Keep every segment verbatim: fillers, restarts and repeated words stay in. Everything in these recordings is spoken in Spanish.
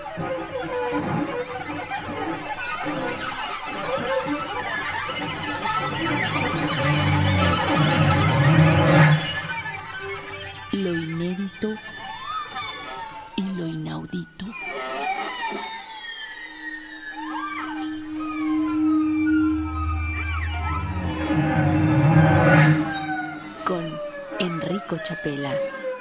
Lo inédito y lo inaudito. Con Enrico Chapela.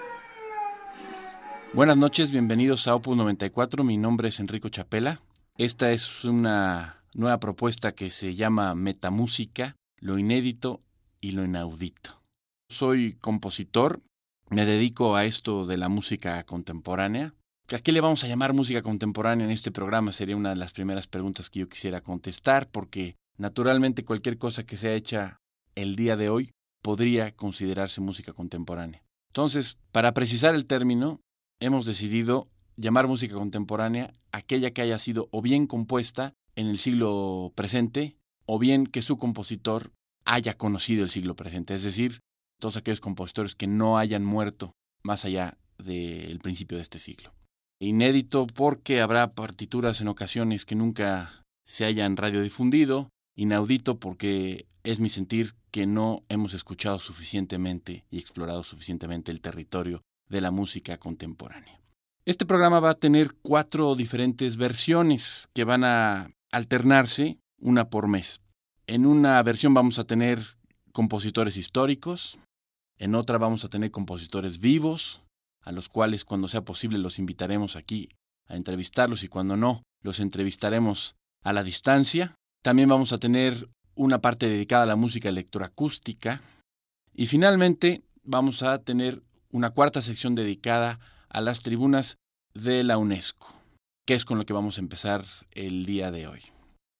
Buenas noches, bienvenidos a Opus noventa y cuatro. Mi nombre es Enrico Chapela. Esta es una nueva propuesta que se llama Metamúsica, lo inédito y lo inaudito. Soy compositor. Me dedico a esto de la música contemporánea. ¿A qué le vamos a llamar música contemporánea en este programa? Sería una de las primeras preguntas que yo quisiera contestar, porque naturalmente cualquier cosa que sea hecha el día de hoy podría considerarse música contemporánea. Entonces, para precisar el término, hemos decidido llamar música contemporánea aquella que haya sido o bien compuesta en el siglo presente, o bien que su compositor haya conocido el siglo presente, es decir, todos aquellos compositores que no hayan muerto más allá del principio de este siglo. Inédito porque habrá partituras en ocasiones que nunca se hayan radiodifundido. Inaudito porque es mi sentir que no hemos escuchado suficientemente y explorado suficientemente el territorio de la música contemporánea. Este programa va a tener cuatro diferentes versiones que van a alternarse una por mes. En una versión vamos a tener compositores históricos. En otra vamos a tener compositores vivos, a los cuales cuando sea posible los invitaremos aquí a entrevistarlos y cuando no, los entrevistaremos a la distancia. También vamos a tener una parte dedicada a la música electroacústica. Y finalmente vamos a tener una cuarta sección dedicada a las tribunas de la UNESCO, que es con lo que vamos a empezar el día de hoy.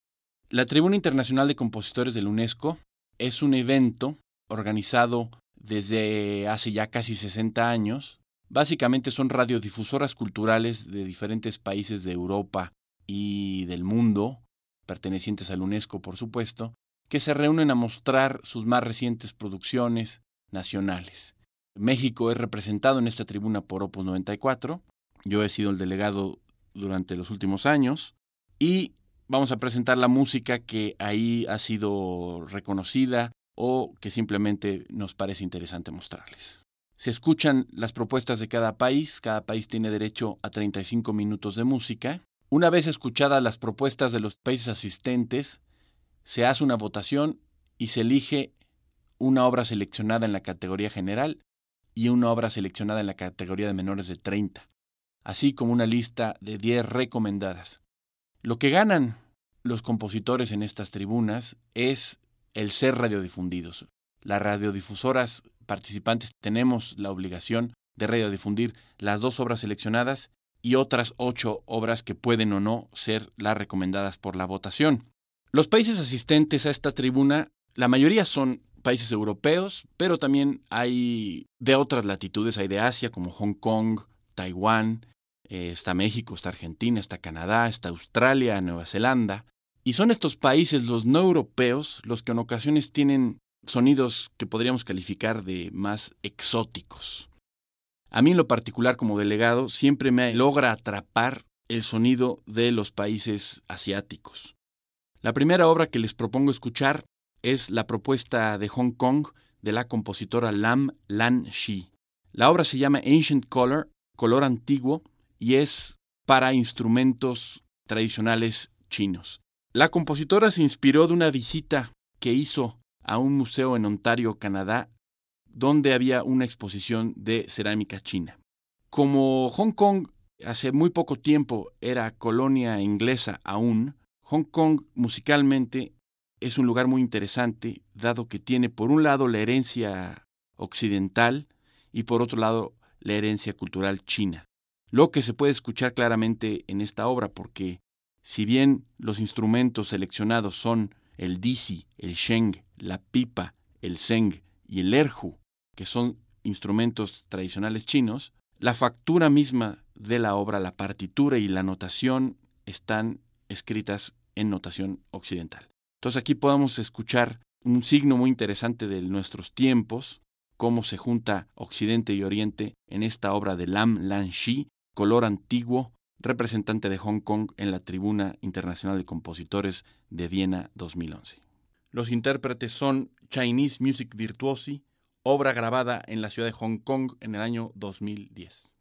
La Tribuna Internacional de Compositores de la UNESCO es un evento organizado desde hace ya casi sesenta años. Básicamente son radiodifusoras culturales de diferentes países de Europa y del mundo, pertenecientes a la UNESCO por supuesto, que se reúnen a mostrar sus más recientes producciones nacionales. México es representado en esta tribuna por Opus noventa y cuatro, yo he sido el delegado durante los últimos años, y vamos a presentar la música que ahí ha sido reconocida o que simplemente nos parece interesante mostrarles. Se escuchan las propuestas de cada país, cada país tiene derecho a treinta y cinco minutos de música. Una vez escuchadas las propuestas de los países asistentes, se hace una votación y se elige una obra seleccionada en la categoría general y una obra seleccionada en la categoría de menores de treinta, así como una lista de diez recomendadas. Lo que ganan los compositores en estas tribunas es el ser radiodifundidos. Las radiodifusoras participantes tenemos la obligación de radiodifundir las dos obras seleccionadas y otras ocho obras que pueden o no ser las recomendadas por la votación. Los países asistentes a esta tribuna, la mayoría son países europeos, pero también hay de otras latitudes, hay de Asia como Hong Kong, Taiwán, eh, está México, está Argentina, está Canadá, está Australia, Nueva Zelanda. Y son estos países, los no europeos, los que en ocasiones tienen sonidos que podríamos calificar de más exóticos. A mí en lo particular como delegado siempre me logra atrapar el sonido de los países asiáticos. La primera obra que les propongo escuchar es la propuesta de Hong Kong de la compositora Lam Lan Shi. La obra se llama Ancient Color, color antiguo, y es para instrumentos tradicionales chinos. La compositora se inspiró de una visita que hizo a un museo en Ontario, Canadá, donde había una exposición de cerámica china. Como Hong Kong hace muy poco tiempo era colonia inglesa aún, Hong Kong musicalmente es un lugar muy interesante, dado que tiene por un lado la herencia occidental y por otro lado la herencia cultural china. Lo que se puede escuchar claramente en esta obra, porque si bien los instrumentos seleccionados son el dixi, el sheng, la pipa, el zeng y el erhu, que son instrumentos tradicionales chinos, la factura misma de la obra, la partitura y la notación están escritas en notación occidental. Entonces aquí podemos escuchar un signo muy interesante de nuestros tiempos, cómo se junta Occidente y Oriente en esta obra de Lam Lan Shi, color antiguo, representante de Hong Kong en la Tribuna Internacional de Compositores de Viena dos mil once. Los intérpretes son Chinese Music Virtuosi, obra grabada en la ciudad de Hong Kong en el año dos mil diez.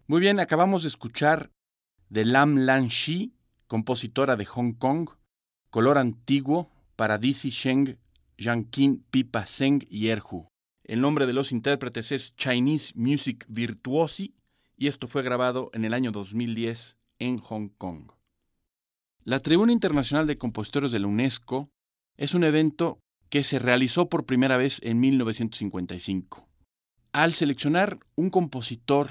Muy bien, acabamos de escuchar de Lam Lan Xi, compositora de Hong Kong, Color Antiguo, para Dizzy Sheng, Yanqin, Pipa Zeng y Erhu. El nombre de los intérpretes es Chinese Music Virtuosi y esto fue grabado en el año dos mil diez en Hong Kong. La Tribuna Internacional de Compositores de la UNESCO es un evento que se realizó por primera vez en mil novecientos cincuenta y cinco. Al seleccionar un compositor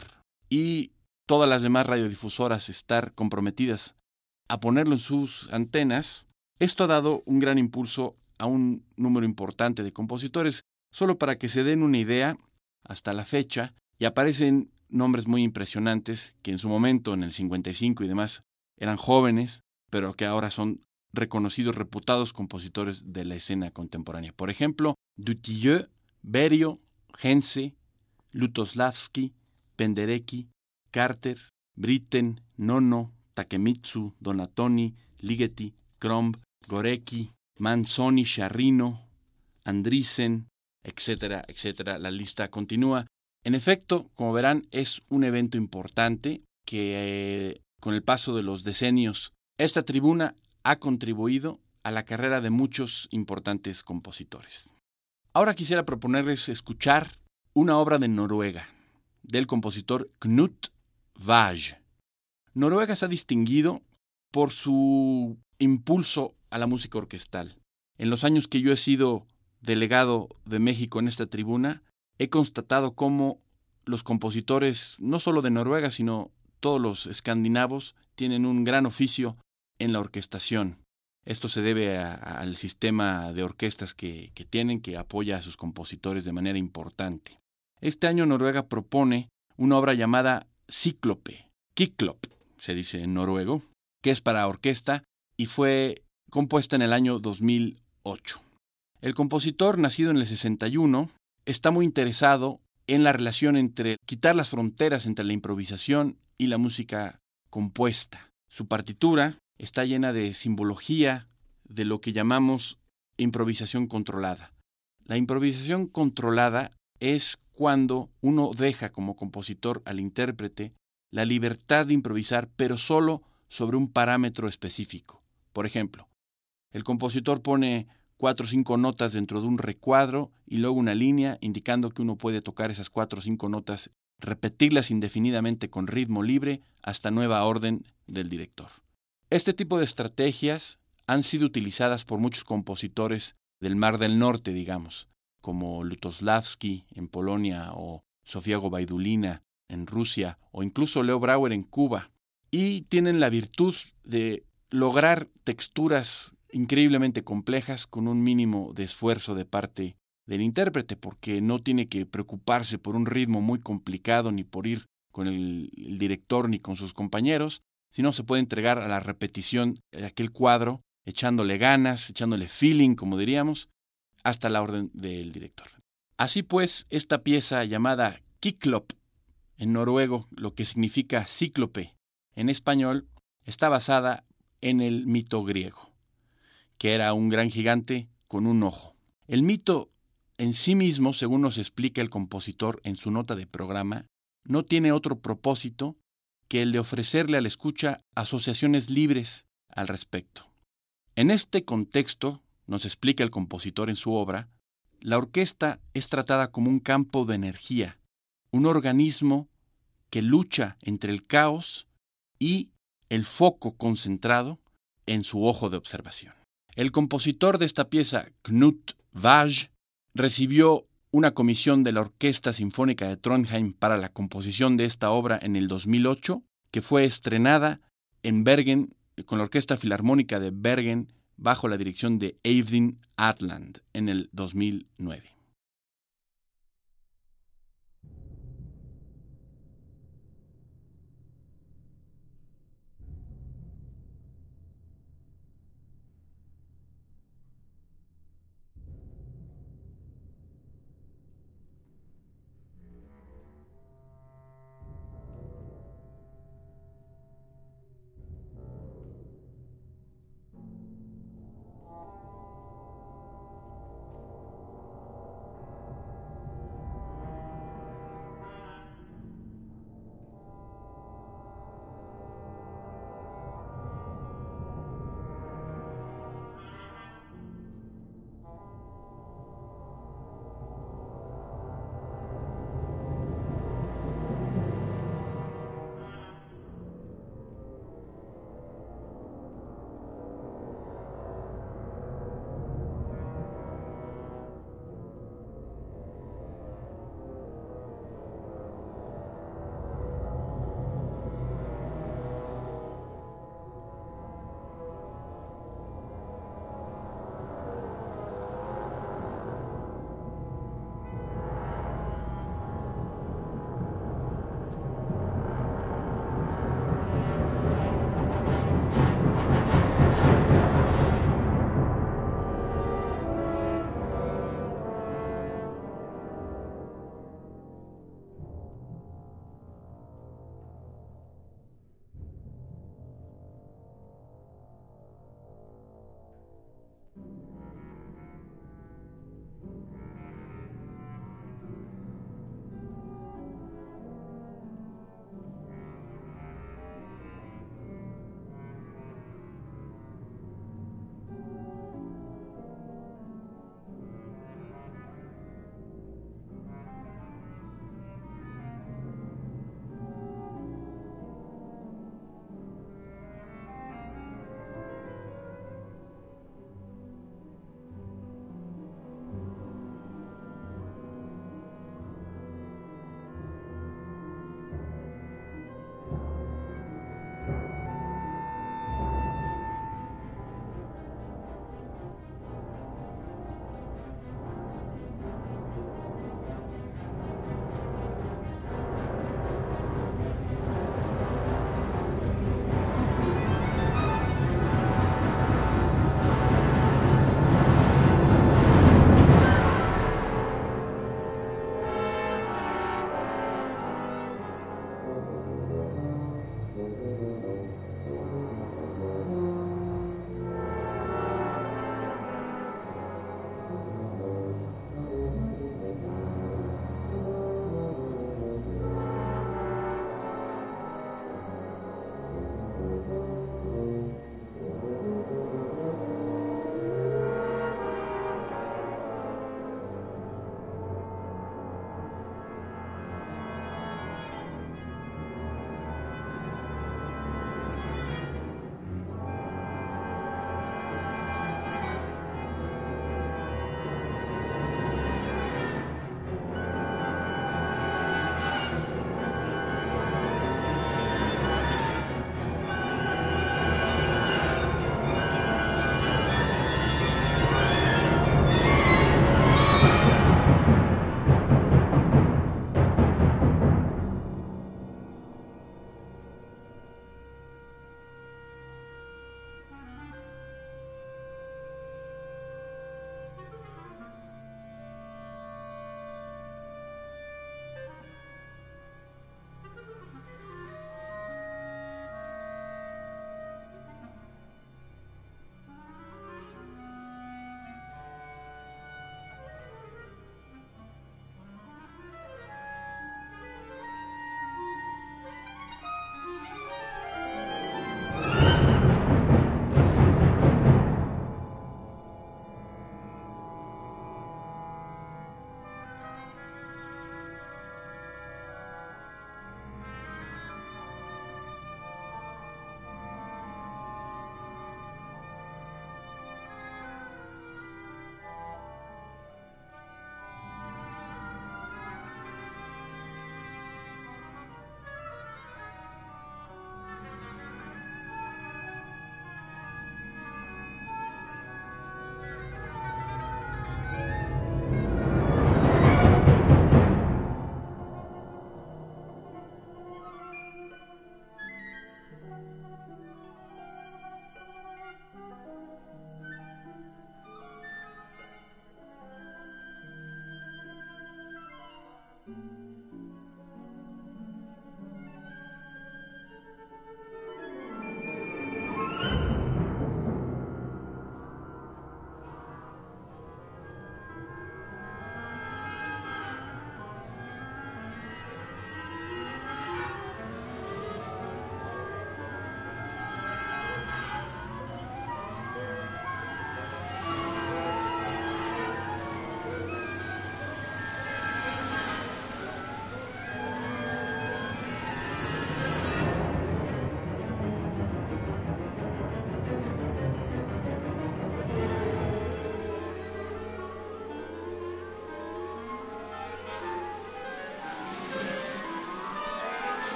y todas las demás radiodifusoras estar comprometidas a ponerlo en sus antenas, esto ha dado un gran impulso a un número importante de compositores. Solo para que se den una idea, hasta la fecha, y aparecen nombres muy impresionantes que en su momento, en el cincuenta y cinco y demás, eran jóvenes, pero que ahora son reconocidos, reputados compositores de la escena contemporánea. Por ejemplo, Dutilleux, Berio, Hense, Lutosławski, Penderecki, Carter, Britten, Nono, Takemitsu, Donatoni, Ligeti, Cromb, Gorecki, Manzoni, Sciarrino, Andriessen, etcétera, etcétera. La lista continúa. En efecto, como verán, es un evento importante que eh, con el paso de los decenios, esta tribuna ha contribuido a la carrera de muchos importantes compositores. Ahora quisiera proponerles escuchar una obra de Noruega, del compositor Knut Vage. Noruega se ha distinguido por su impulso a la música orquestal. En los años que yo he sido delegado de México en esta tribuna, he constatado cómo los compositores, no solo de Noruega, sino todos los escandinavos, tienen un gran oficio en la orquestación. Esto se debe a, a, al sistema de orquestas que, que tienen, que apoya a sus compositores de manera importante. Este año Noruega propone una obra llamada Cíclope, Kiklop, se dice en noruego, que es para orquesta y fue compuesta en el año dos mil ocho. El compositor, nacido en el sesenta y uno, está muy interesado en la relación entre quitar las fronteras entre la improvisación y la música compuesta. Su partitura está llena de simbología de lo que llamamos improvisación controlada. La improvisación controlada es cuando uno deja como compositor al intérprete la libertad de improvisar, pero solo sobre un parámetro específico. Por ejemplo, el compositor pone cuatro o cinco notas dentro de un recuadro y luego una línea indicando que uno puede tocar esas cuatro o cinco notas, repetirlas indefinidamente con ritmo libre hasta nueva orden del director. Este tipo de estrategias han sido utilizadas por muchos compositores del Mar del Norte, digamos, como Lutosławski en Polonia o Sofía Gubaidulina en Rusia o incluso Leo Brauer en Cuba, y tienen la virtud de lograr texturas increíblemente complejas con un mínimo de esfuerzo de parte del intérprete, porque no tiene que preocuparse por un ritmo muy complicado ni por ir con el, el director ni con sus compañeros, sino se puede entregar a la repetición de aquel cuadro, echándole ganas, echándole feeling, como diríamos, hasta la orden del director. Así pues, esta pieza llamada Kiklop, en noruego, lo que significa cíclope en español, está basada en el mito griego, que era un gran gigante con un ojo. El mito en sí mismo, según nos explica el compositor en su nota de programa, no tiene otro propósito que el de ofrecerle al escucha asociaciones libres al respecto. En este contexto, nos explica el compositor en su obra, la orquesta es tratada como un campo de energía, un organismo que lucha entre el caos y el foco concentrado en su ojo de observación. El compositor de esta pieza, Knut Vage, recibió una comisión de la Orquesta Sinfónica de Trondheim para la composición de esta obra en el dos mil ocho, que fue estrenada en Bergen con la Orquesta Filarmónica de Bergen bajo la dirección de Eivin Atland en el dos mil nueve.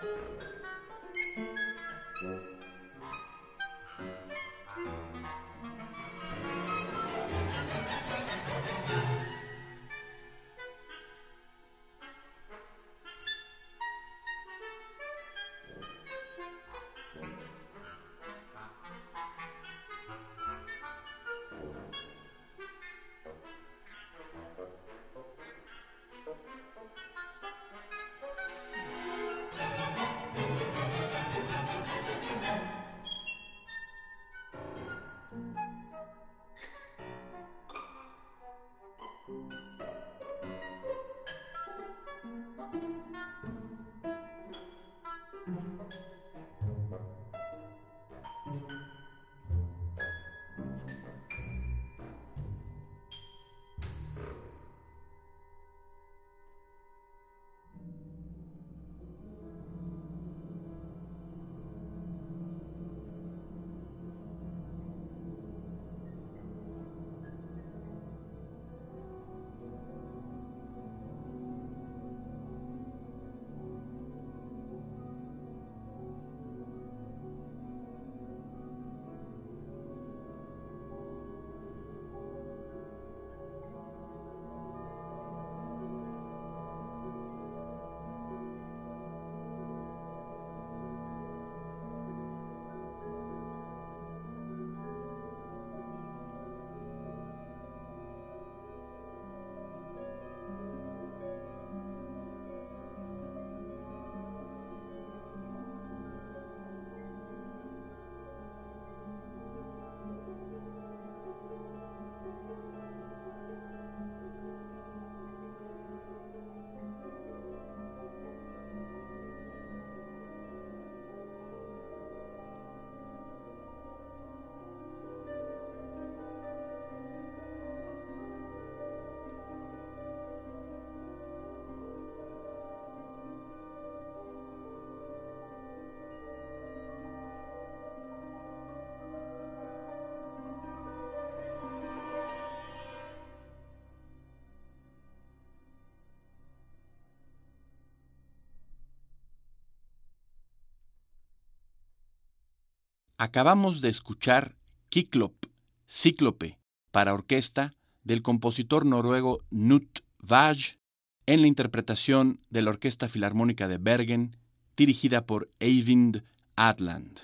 Acabamos de escuchar Kyklop, Cíclope, para orquesta del compositor noruego Knut Vag, en la interpretación de la Orquesta Filarmónica de Bergen, dirigida por Eivind Adland.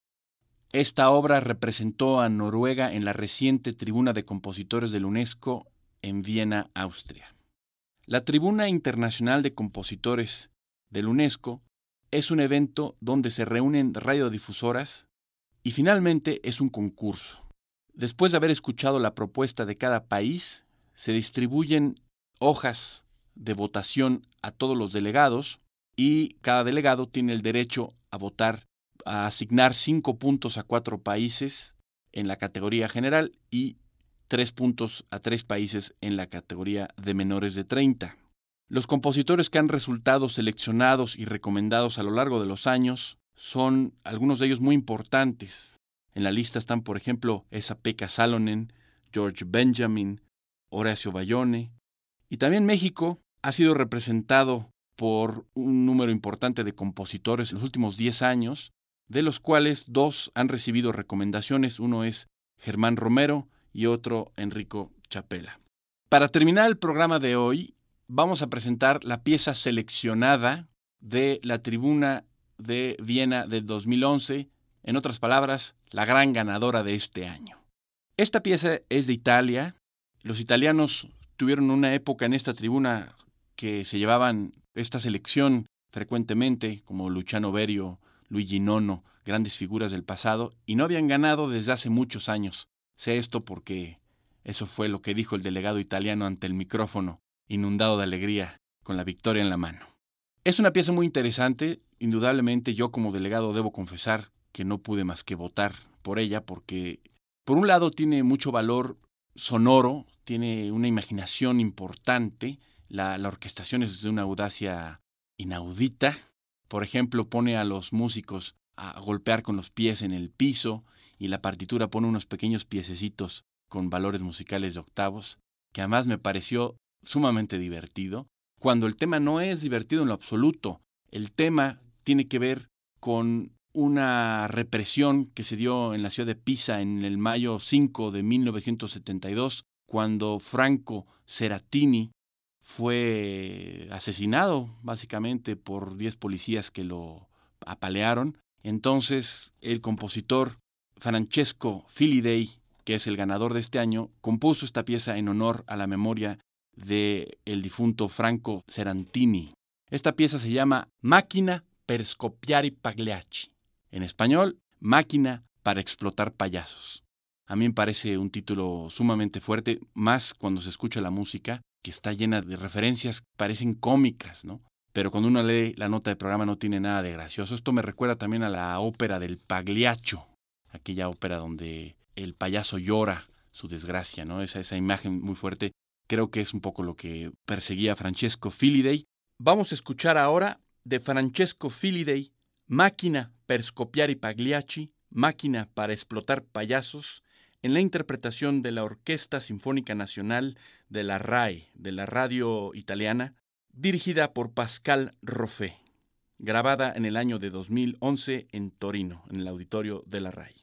Esta obra representó a Noruega en la reciente Tribuna de Compositores de la UNESCO en Viena, Austria. La Tribuna Internacional de Compositores de la UNESCO es un evento donde se reúnen radiodifusoras y finalmente es un concurso. Después de haber escuchado la propuesta de cada país, se distribuyen hojas de votación a todos los delegados y cada delegado tiene el derecho a votar, a asignar cinco puntos a cuatro países en la categoría general y tres puntos a tres países en la categoría de menores de treinta. Los compositores que han resultado seleccionados y recomendados a lo largo de los años son algunos de ellos muy importantes. En la lista están, por ejemplo, Esa-Pekka Salonen, George Benjamin, Horacio Bayone. Y también México ha sido representado por un número importante de compositores en los últimos diez años, de los cuales dos han recibido recomendaciones. Uno es Germán Romero y otro Enrico Chapela. Para terminar el programa de hoy, vamos a presentar la pieza seleccionada de la Tribuna de Viena del dos mil once, en otras palabras, la gran ganadora de este año. Esta pieza es de Italia. Los italianos tuvieron una época en esta tribuna que se llevaban esta selección frecuentemente, como Luciano Berio, Luigi Nono, grandes figuras del pasado, y no habían ganado desde hace muchos años. Sé esto porque eso fue lo que dijo el delegado italiano ante el micrófono, inundado de alegría, con la victoria en la mano. Es una pieza muy interesante. Indudablemente yo como delegado debo confesar que no pude más que votar por ella porque, por un lado, tiene mucho valor sonoro, tiene una imaginación importante, la, la orquestación es de una audacia inaudita. Por ejemplo, pone a los músicos a golpear con los pies en el piso y la partitura pone unos pequeños piececitos con valores musicales de octavos, que además me pareció sumamente divertido, cuando el tema no es divertido en lo absoluto. El tema tiene que ver con una represión que se dio en la ciudad de Pisa en el mayo cinco de mil novecientos setenta y dos, cuando Franco Serafini fue asesinado básicamente por diez policías que lo apalearon. Entonces el compositor Francesco Filidei, que es el ganador de este año, compuso esta pieza en honor a la memoria de el difunto Franco Serafini. Esta pieza se llama Máquina per scoppiare pagliacci. En español, Máquina para explotar payasos. A mí me parece un título sumamente fuerte, más cuando se escucha la música, que está llena de referencias que parecen cómicas, ¿no? Pero cuando uno lee la nota de programa no tiene nada de gracioso. Esto me recuerda también a la ópera del Pagliaccio, aquella ópera donde el payaso llora su desgracia, ¿no? Esa, esa imagen muy fuerte. Creo que es un poco lo que perseguía Francesco Filidei. Vamos a escuchar ahora de Francesco Filidei, Máquina per scoppiare pagliacci, Máquina para explotar payasos, en la interpretación de la Orquesta Sinfónica Nacional de la RAI, de la radio italiana, dirigida por Pascal Roffé, grabada en el año de dos mil once en Torino, en el auditorio de la RAI.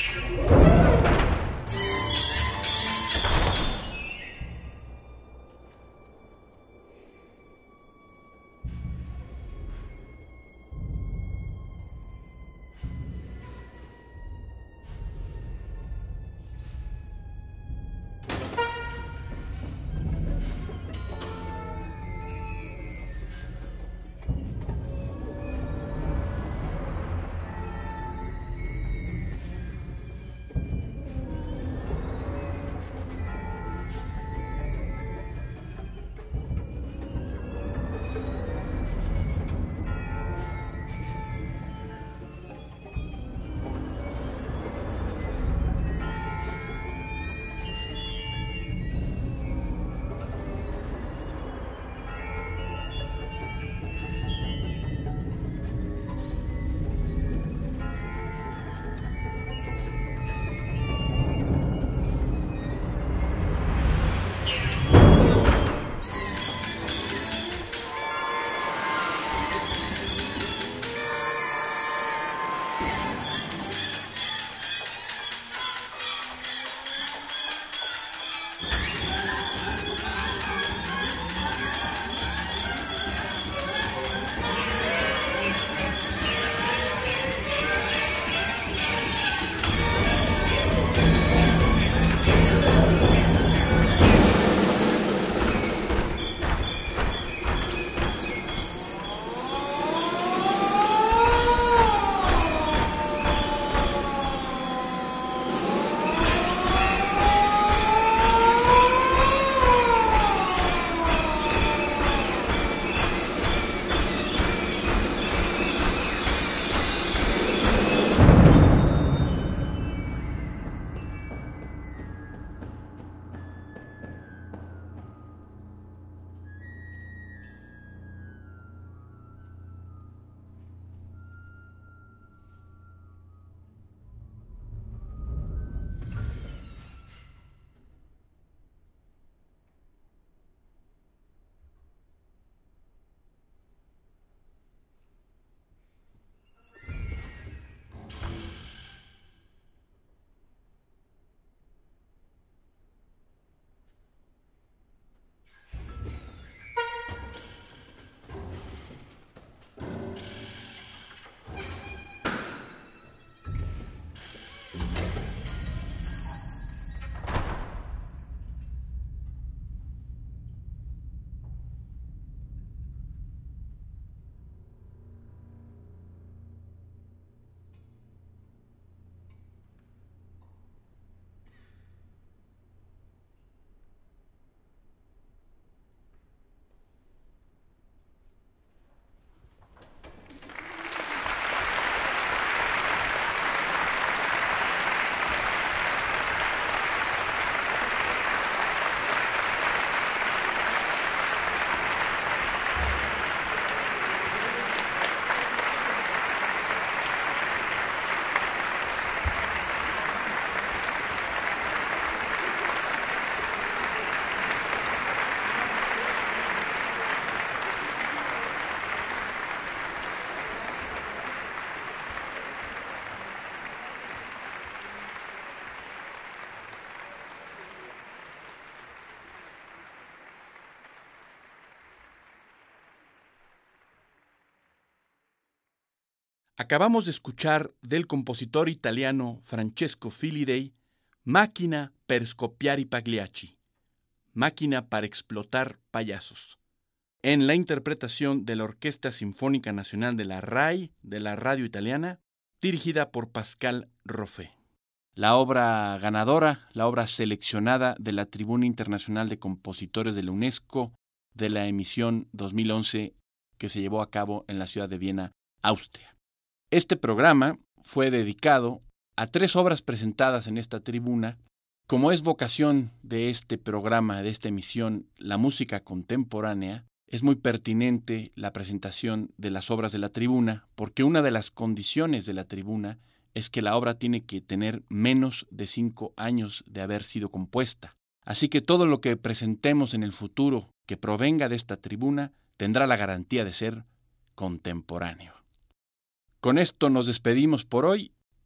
Acabamos de escuchar del compositor italiano Francesco Filidei Máquina per scoppiare i Pagliacci, Máquina para explotar payasos, en la interpretación de la Orquesta Sinfónica Nacional de la RAI, de la radio italiana, dirigida por Pascal Roffé. La obra ganadora, la obra seleccionada de la Tribuna Internacional de Compositores de la UNESCO de la emisión dos mil once que se llevó a cabo en la ciudad de Viena, Austria. Este programa fue dedicado a tres obras presentadas en esta tribuna. Como es vocación de este programa, de esta emisión, la música contemporánea, es muy pertinente la presentación de las obras de la tribuna, porque una de las condiciones de la tribuna es que la obra tiene que tener menos de cinco años de haber sido compuesta. Así que todo lo que presentemos en el futuro que provenga de esta tribuna tendrá la garantía de ser contemporáneo. Con esto nos despedimos por hoy.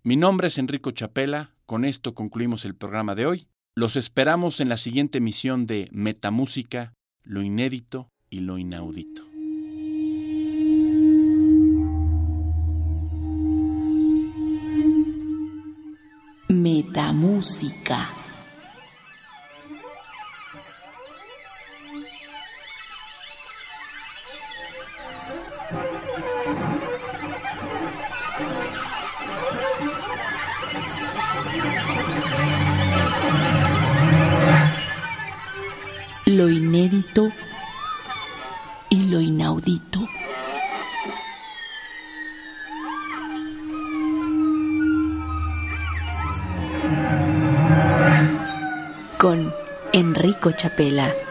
Mi nombre es Enrico Chapela, con esto concluimos el programa de hoy. Los esperamos en la siguiente emisión de Metamúsica, lo inédito y lo inaudito. Metamúsica. Lo inédito y lo inaudito. Con Enrico Chapela.